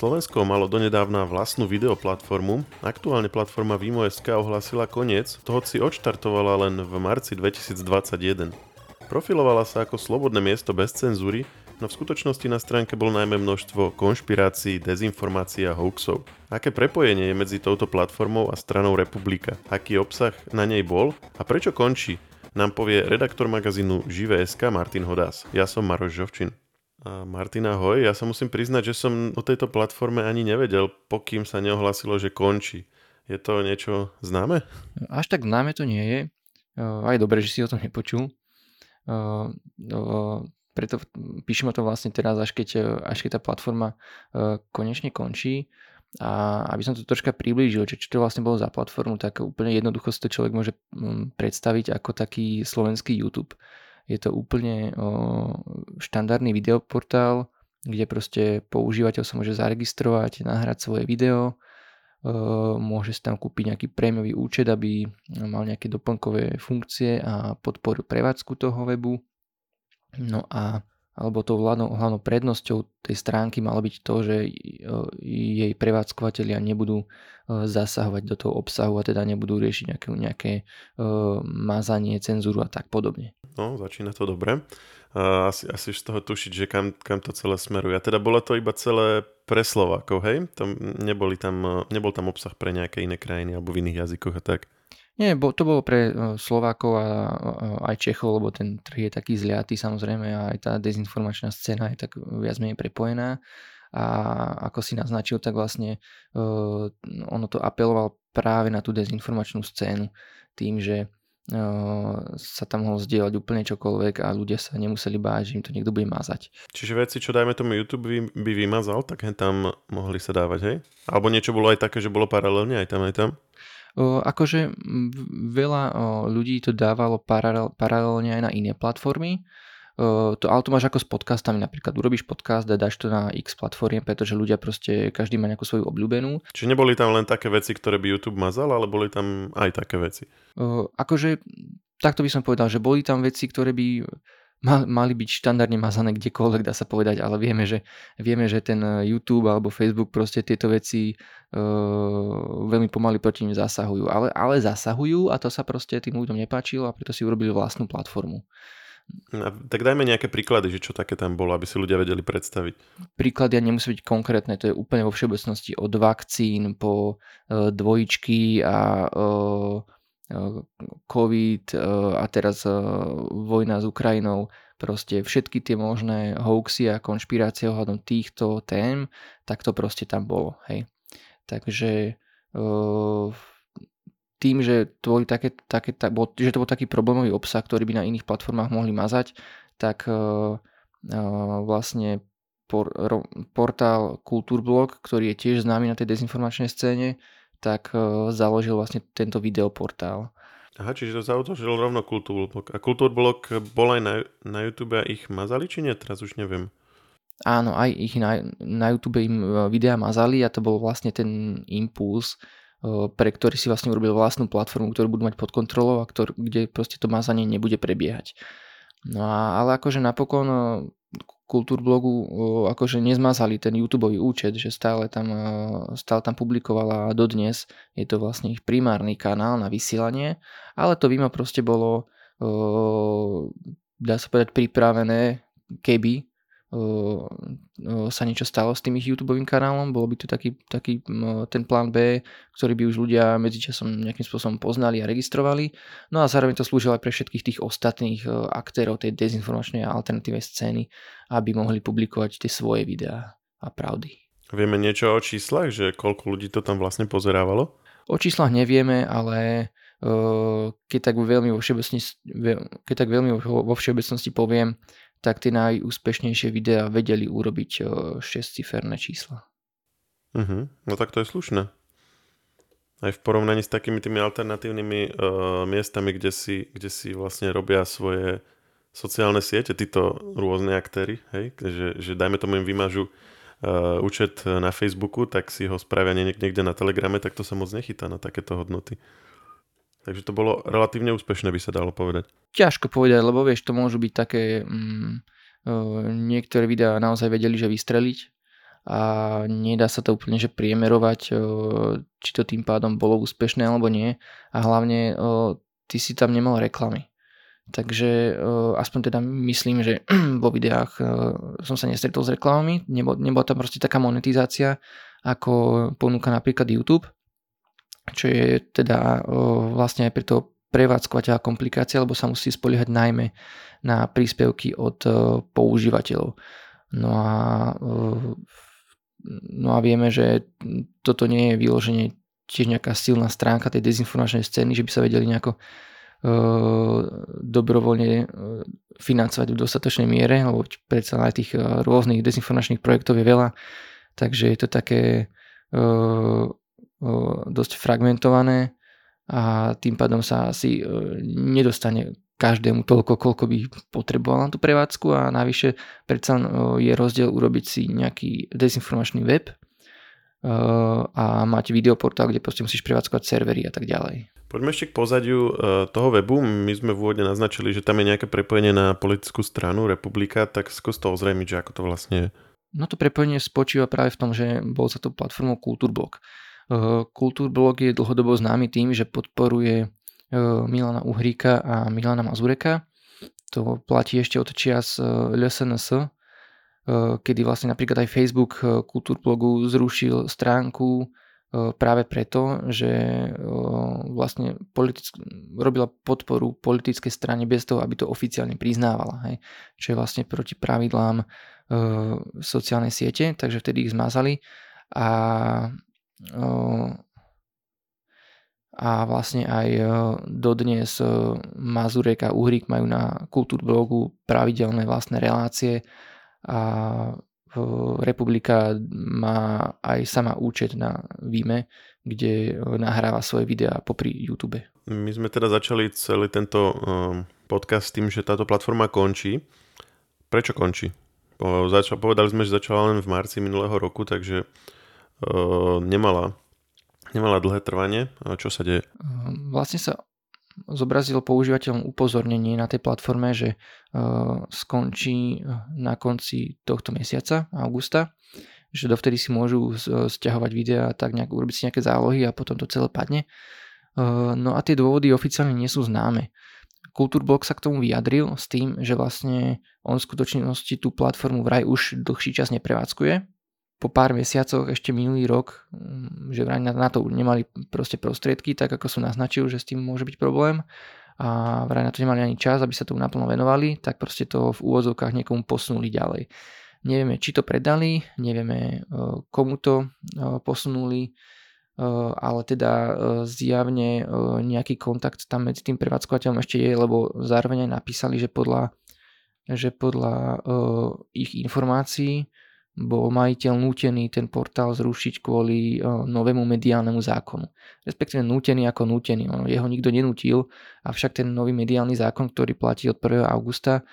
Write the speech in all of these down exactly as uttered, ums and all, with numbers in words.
Slovensko malo donedávna vlastnú videoplatformu. Aktuálne platforma Vimo bodka es ká ohlásila koniec, to hoci odštartovala len v marci dvetisícdvadsaťjeden. Profilovala sa ako slobodné miesto bez cenzúry, no v skutočnosti na stránke bolo najmä množstvo konšpirácií, dezinformácií a hoaxov. Aké prepojenie je medzi touto platformou a stranou Republika? Aký obsah na nej bol a prečo končí? Nám povie redaktor magazínu Živé bodka es ká Martin Hodás. Ja som Maroš Žovčin. A Martin, ahoj, ja sa musím priznať, že som o tejto platforme ani nevedel, pokým sa neohlásilo, že končí. Je to niečo známe? Až tak známe to nie je. Aj dobre, že si o tom nepočul. Uh, uh, preto píšem o tom vlastne teraz, až keď, až keď tá platforma uh, konečne končí. A aby som to troška priblížil, čo, čo to vlastne bolo za platformu, tak úplne jednoducho si to človek môže um, predstaviť ako taký slovenský YouTube. Je to úplne uh, štandardný videoportál, kde proste používateľ sa môže zaregistrovať, nahrať svoje video, uh, môže si tam kúpiť nejaký prémiový účet, aby mal nejaké doplnkové funkcie a podporil prevádzku toho webu. No a alebo tou hlavnou, hlavnou prednosťou tej stránky malo byť to, že jej prevádzkovateľia nebudú zasahovať do toho obsahu a teda nebudú riešiť nejaké, nejaké uh, mazanie, cenzúru a tak podobne. No, začína to dobre. Uh, asi, asi z toho tušiť, že kam, kam to celé smeruje. A teda bolo to iba celé pre Slovákov, hej? Tam neboli tam, nebol tam obsah pre nejaké iné krajiny alebo v iných jazykoch a tak? Nie, to bolo pre Slovákov a aj Čechov, lebo ten trh je taký zliatý samozrejme a aj tá dezinformačná scéna je tak viac menej prepojená a ako si naznačil, tak vlastne uh, ono to apeloval práve na tú dezinformačnú scénu tým, že uh, sa tam mohlo zdieľať úplne čokoľvek a ľudia sa nemuseli báť, že im to niekto bude mazať. Čiže veci, čo dajme tomu YouTube by, by vymazal, tak tam mohli sa dávať, hej? Alebo niečo bolo aj také, že bolo paralelne aj tam, aj tam? O, akože veľa o, ľudí to dávalo paralel, paralelne aj na iné platformy. O, to, ale to máš ako s podcastami, napríklad urobíš podcast a dáš to na X platformie, pretože ľudia proste, každý má nejakú svoju obľúbenú. Čiže neboli tam len také veci, ktoré by YouTube mazal, ale boli tam aj také veci? O, akože, takto by som povedal, že boli tam veci, ktoré by mali byť štandardne mazané kdekoľvek, dá sa povedať, ale vieme, že, vieme, že ten YouTube alebo Facebook proste tieto veci uh, veľmi pomaly proti nim zasahujú. Ale, ale zasahujú a to sa proste tým ľuďom nepáčilo a preto si urobili vlastnú platformu. No, tak dajme nejaké príklady, že čo také tam bolo, aby si ľudia vedeli predstaviť. Príklady nemusí byť konkrétne, to je úplne vo všeobecnosti od vakcín po uh, dvojičky a uh, COVID a teraz vojna s Ukrajinou, proste všetky tie možné hoaxy a konšpirácie ohľadom týchto tém, tak to proste tam bolo, hej. Takže tým, že to, boli také, také, tak, že to bol taký problémový obsah, ktorý by na iných platformách mohli mazať, tak vlastne portál Kultúrblog, ktorý je tiež známy na tej dezinformačnej scéne, tak uh, založil vlastne tento videoportál. Aha, čiže to založil rovno Kultúrblog. A Kultúrblog bol aj na, na YouTube a ich mazali, či nie? Teraz už neviem. Áno, aj ich na, na YouTube im videá mazali a to bol vlastne ten impuls, uh, pre ktorý si vlastne urobil vlastnú platformu, ktorú budú mať pod kontrolou a ktor- kde proste to mazanie nebude prebiehať. No a, ale akože napokon uh, Kultúrblogu akože nezmazali ten YouTubeový účet, že stále tam, stále tam publikovala a dodnes je to vlastne ich primárny kanál na vysielanie, ale to Vimo proste bolo, dá sa povedať, pripravené, keby sa niečo stalo s tým ich YouTubeovým kanálom, bolo by to taký, taký ten plán B, ktorý by už ľudia medzičasom nejakým spôsobom poznali a registrovali. No a zároveň to slúžilo aj pre všetkých tých ostatných aktérov tej dezinformačnej a alternatívnej scény, aby mohli publikovať tie svoje videá a pravdy. Vieme niečo o číslach, že koľko ľudí to tam vlastne pozerávalo? O číslach nevieme, ale keď tak veľmi vo všeobecnosti, keď tak veľmi vo všeobecnosti poviem, tak tie najúspešnejšie videá vedeli urobiť šesťciferné čísla. Uh-huh. No tak to je slušné. Aj v porovnaní s takými tými alternatívnymi uh, miestami, kde si, kde si vlastne robia svoje sociálne siete, títo rôzne aktéry, hej? Že, že dajme tomu im vymažu uh, účet na Facebooku, tak si ho spravia niekde na Telegrame, tak to sa moc nechytá na takéto hodnoty. Takže to bolo relatívne úspešné, by sa dalo povedať. Ťažko povedať, lebo vieš, to môžu byť také... Mm, uh, niektoré videá naozaj vedeli, že vystreliť a nedá sa to úplne že priemerovať, či to tým pádom bolo úspešné alebo nie, a hlavne ty si tam nemal reklamy. Takže aspoň teda myslím, že vo videách som sa nestretol s reklamami, nebo, nebola tam proste taká monetizácia, ako ponúka napríklad YouTube, čo je teda vlastne aj pre toho prevádzkovateľa komplikácia, lebo sa musí spoliehať najmä na príspevky od používateľov. No a, no a vieme, že toto nie je vyloženie tiež nejaká silná stránka tej dezinformačnej scény, že by sa vedeli nejako dobrovoľne financovať v dostatočnej miere, lebo predsa aj tých rôznych dezinformačných projektov je veľa, takže je to také dosť fragmentované a tým pádom sa asi nedostane každému toľko, koľko by potreboval na tú prevádzku, a navyše predsa je rozdiel urobiť si nejaký dezinformačný web a mať videoportál, kde proste musíš prevádzkovať servery a tak ďalej. Poďme ešte k pozadiu toho webu. My sme v úvode naznačili, že tam je nejaké prepojenie na politickú stranu Republika, tak skús to ozrejmiť, že ako to vlastne je. No to prepojenie spočíva práve v tom, že bol za tou platformou Kultúrblok. Kultúrblok je dlhodobo známy tým, že podporuje Milana Uhríka a Milana Mazureka. To platí ešte od čias el es en es, kedy vlastne napríklad aj Facebook Kultúrblogu zrušil stránku práve preto, že vlastne politick- robila podporu politickej strane bez toho, aby to oficiálne priznávala. Hej. Čo je vlastne proti pravidlám e, sociálnej siete, takže vtedy ich zmazali. A, e, a vlastne aj dodnes Mazurek a Uhrík majú na Kultúrblogu pravidelné vlastné relácie a Republika má aj sama účet na Vime, kde nahráva svoje videá popri YouTube. My sme teda začali celý tento podcast s tým, že táto platforma končí. Prečo končí? Povedali sme, že začala len v marci minulého roku, takže nemala, nemala dlhé trvanie. Čo sa deje? Vlastne sa zobrazilo používateľom upozornenie na tej platforme, že uh, skončí na konci tohto mesiaca, augusta, že dovtedy si môžu stiahovať videá, tak nejak urobiť si nejaké zálohy a potom to celé padne. Uh, no a tie dôvody oficiálne nie sú známe. Kultúrblok sa k tomu vyjadril s tým, že vlastne on v skutočnosti tú platformu vraj už dlhší čas neprevádzkuje. Po pár mesiacoch ešte minulý rok, že vraj na to nemali proste prostriedky, tak ako som naznačil, že s tým môže byť problém, a vraj na to nemali ani čas, aby sa tomu naplno venovali, tak proste to v úvodzovkách niekomu posunuli ďalej. Nevieme, či to predali, nevieme, komu to posunuli, ale teda zjavne nejaký kontakt tam medzi tým prevádzkovateľom ešte je, lebo zároveň aj napísali, že podľa, že podľa ich informácií bol majiteľ nútený ten portál zrušiť kvôli novému mediálnemu zákonu. Respektíve nútený ako nútený. Jeho nikto nenútil, avšak ten nový mediálny zákon, ktorý platí od prvého augusta,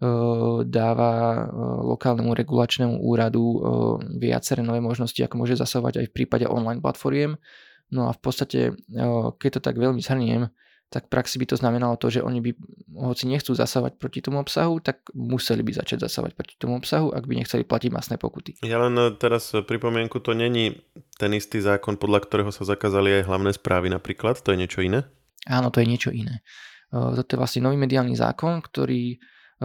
dáva lokálnemu regulačnému úradu viaceré nové možnosti, ako môže zasahovať aj v prípade online platformiem. No a v podstate, keď to tak veľmi zhrniem, tak v praxi by to znamenalo to, že oni by, hoci nechcú zasávať proti tomu obsahu, tak museli by začať zasávať proti tomu obsahu, ak by nechceli platiť masné pokuty. Ja len teraz pripomienku, to není ten istý zákon, podľa ktorého sa zakázali aj hlavné správy napríklad, to je niečo iné? Áno, to je niečo iné. Toto je vlastne nový mediálny zákon, ktorý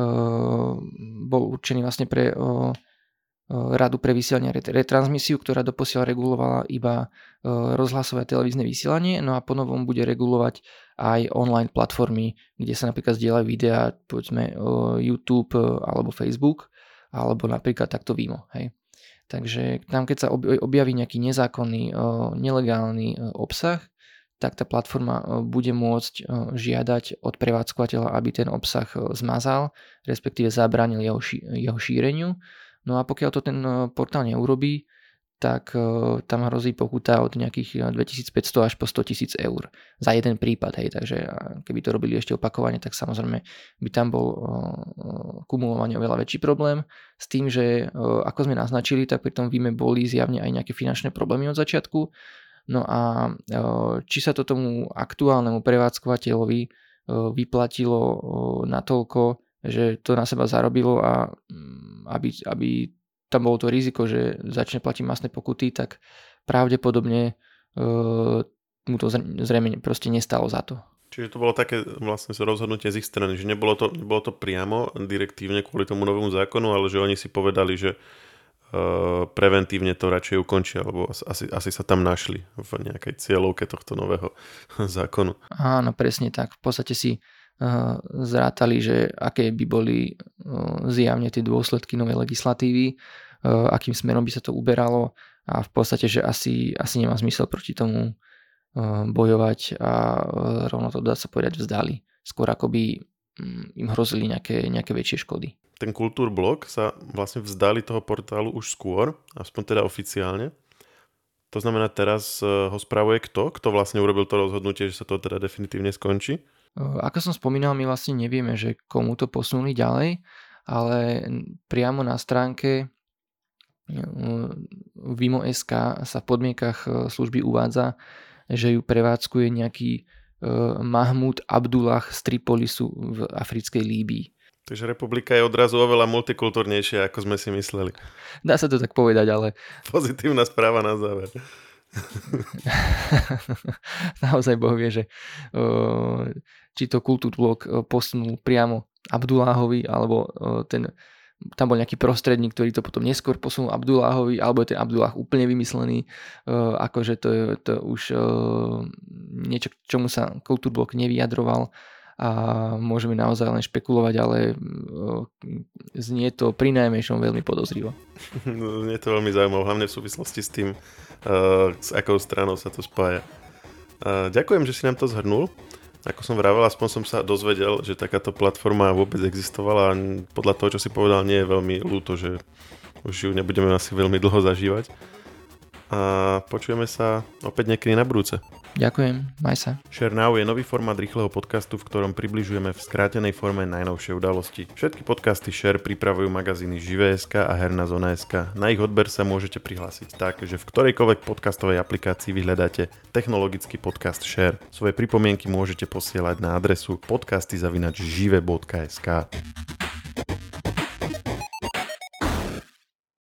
bol určený vlastne pre Radu pre vysielanie a retransmisiu, ktorá doposiaľ regulovala iba rozhlasové a televízne vysielanie, no a ponovom bude regulovať aj online platformy, kde sa napríklad zdieľajú videá, povedzme YouTube alebo Facebook, alebo napríklad takto Vimo. Hej. Takže tam, keď sa objaví nejaký nezákonný, nelegálny obsah, tak tá platforma bude môcť žiadať od prevádzkovateľa, aby ten obsah zmazal, respektíve zabránil jeho, ší- jeho šíreniu. No a pokiaľ to ten portál neurobí, tak tam hrozí pokuta od nejakých dvetisícpäťsto až po stotisíc eur za jeden prípad. Hej. Takže keby to robili ešte opakovane, tak samozrejme by tam bol kumulovanie oveľa väčší problém. S tým, že ako sme naznačili, tak pri tom Vime boli zjavne aj nejaké finančné problémy od začiatku. No a či sa to tomu aktuálnemu prevádzkovateľovi vyplatilo natoľko, že to na seba zarobilo a aby, aby tam bolo to riziko, že začne platiť masné pokuty, tak pravdepodobne uh, mu to zrejme proste nestalo za to. Čiže to bolo také vlastne rozhodnutie z ich strany, že nebolo to, nebolo to priamo direktívne kvôli tomu novému zákonu, ale že oni si povedali, že uh, preventívne to radšej ukončia, lebo asi, asi sa tam našli v nejakej cieľovke tohto nového zákonu. Áno, presne tak. V podstate si uh, zrátali, že aké by boli uh, zjavne tie dôsledky novej legislatívy, uh, akým smerom by sa to uberalo a v podstate, že asi, asi nemá zmysel proti tomu bojovať a rovno to, dá sa povedať, vzdali. Skôr ako by im hrozili nejaké, nejaké väčšie škody. Ten Kultúrblok sa vlastne vzdali toho portálu už skôr, aspoň teda oficiálne. To znamená, teraz ho spravuje kto? Kto vlastne urobil to rozhodnutie, že sa to teda definitívne skončí? Ako som spomínal, my vlastne nevieme, že komu to posunuli ďalej, ale priamo na stránke Vimo bodka es ká sa v podmienkach služby uvádza, že ju prevádzkuje nejaký uh, Mahmud Abdullah z Tripolisu v africkej Líbii. Takže republika je odrazu oveľa multikultúrnejšia, ako sme si mysleli. Dá sa to tak povedať, ale... Pozitívna správa na záver. Naozaj Boh vie, že uh, či to Kultúrblok posunul priamo Abdullahovi, alebo uh, ten... tam bol nejaký prostredník, ktorý to potom neskôr posunul Abdullahovi, alebo je ten Abdullah úplne vymyslený, uh, akože to je to už uh, niečo, k čomu sa Kultúrblok nevyjadroval a môžeme naozaj len špekulovať, ale uh, znie to pri najmenšom veľmi podozrivo. Znie to veľmi zaujímavé, hlavne v súvislosti s tým, uh, s akou stranou sa to spája. Uh, ďakujem, že si nám to zhrnul. Ako som vravel, aspoň som sa dozvedel, že takáto platforma vôbec existovala a podľa toho, čo si povedal, nie je veľmi ľúto, že už ju nebudeme asi veľmi dlho zažívať. A počujeme sa opäť niekedy na budúce. Ďakujem, maj sa. Share Now je nový formát rýchleho podcastu, v ktorom približujeme v skrátenej forme najnovšie udalosti. Všetky podcasty Share pripravujú magazíny Živé bodka es ká a Herná zóna bodka es ká. Na ich odber sa môžete prihlásiť tak, že v ktorejkoľvek podcastovej aplikácii vyhľadáte technologický podcast Share. Svoje pripomienky môžete posielať na adresu podcasty zavináč živé bodka es ká.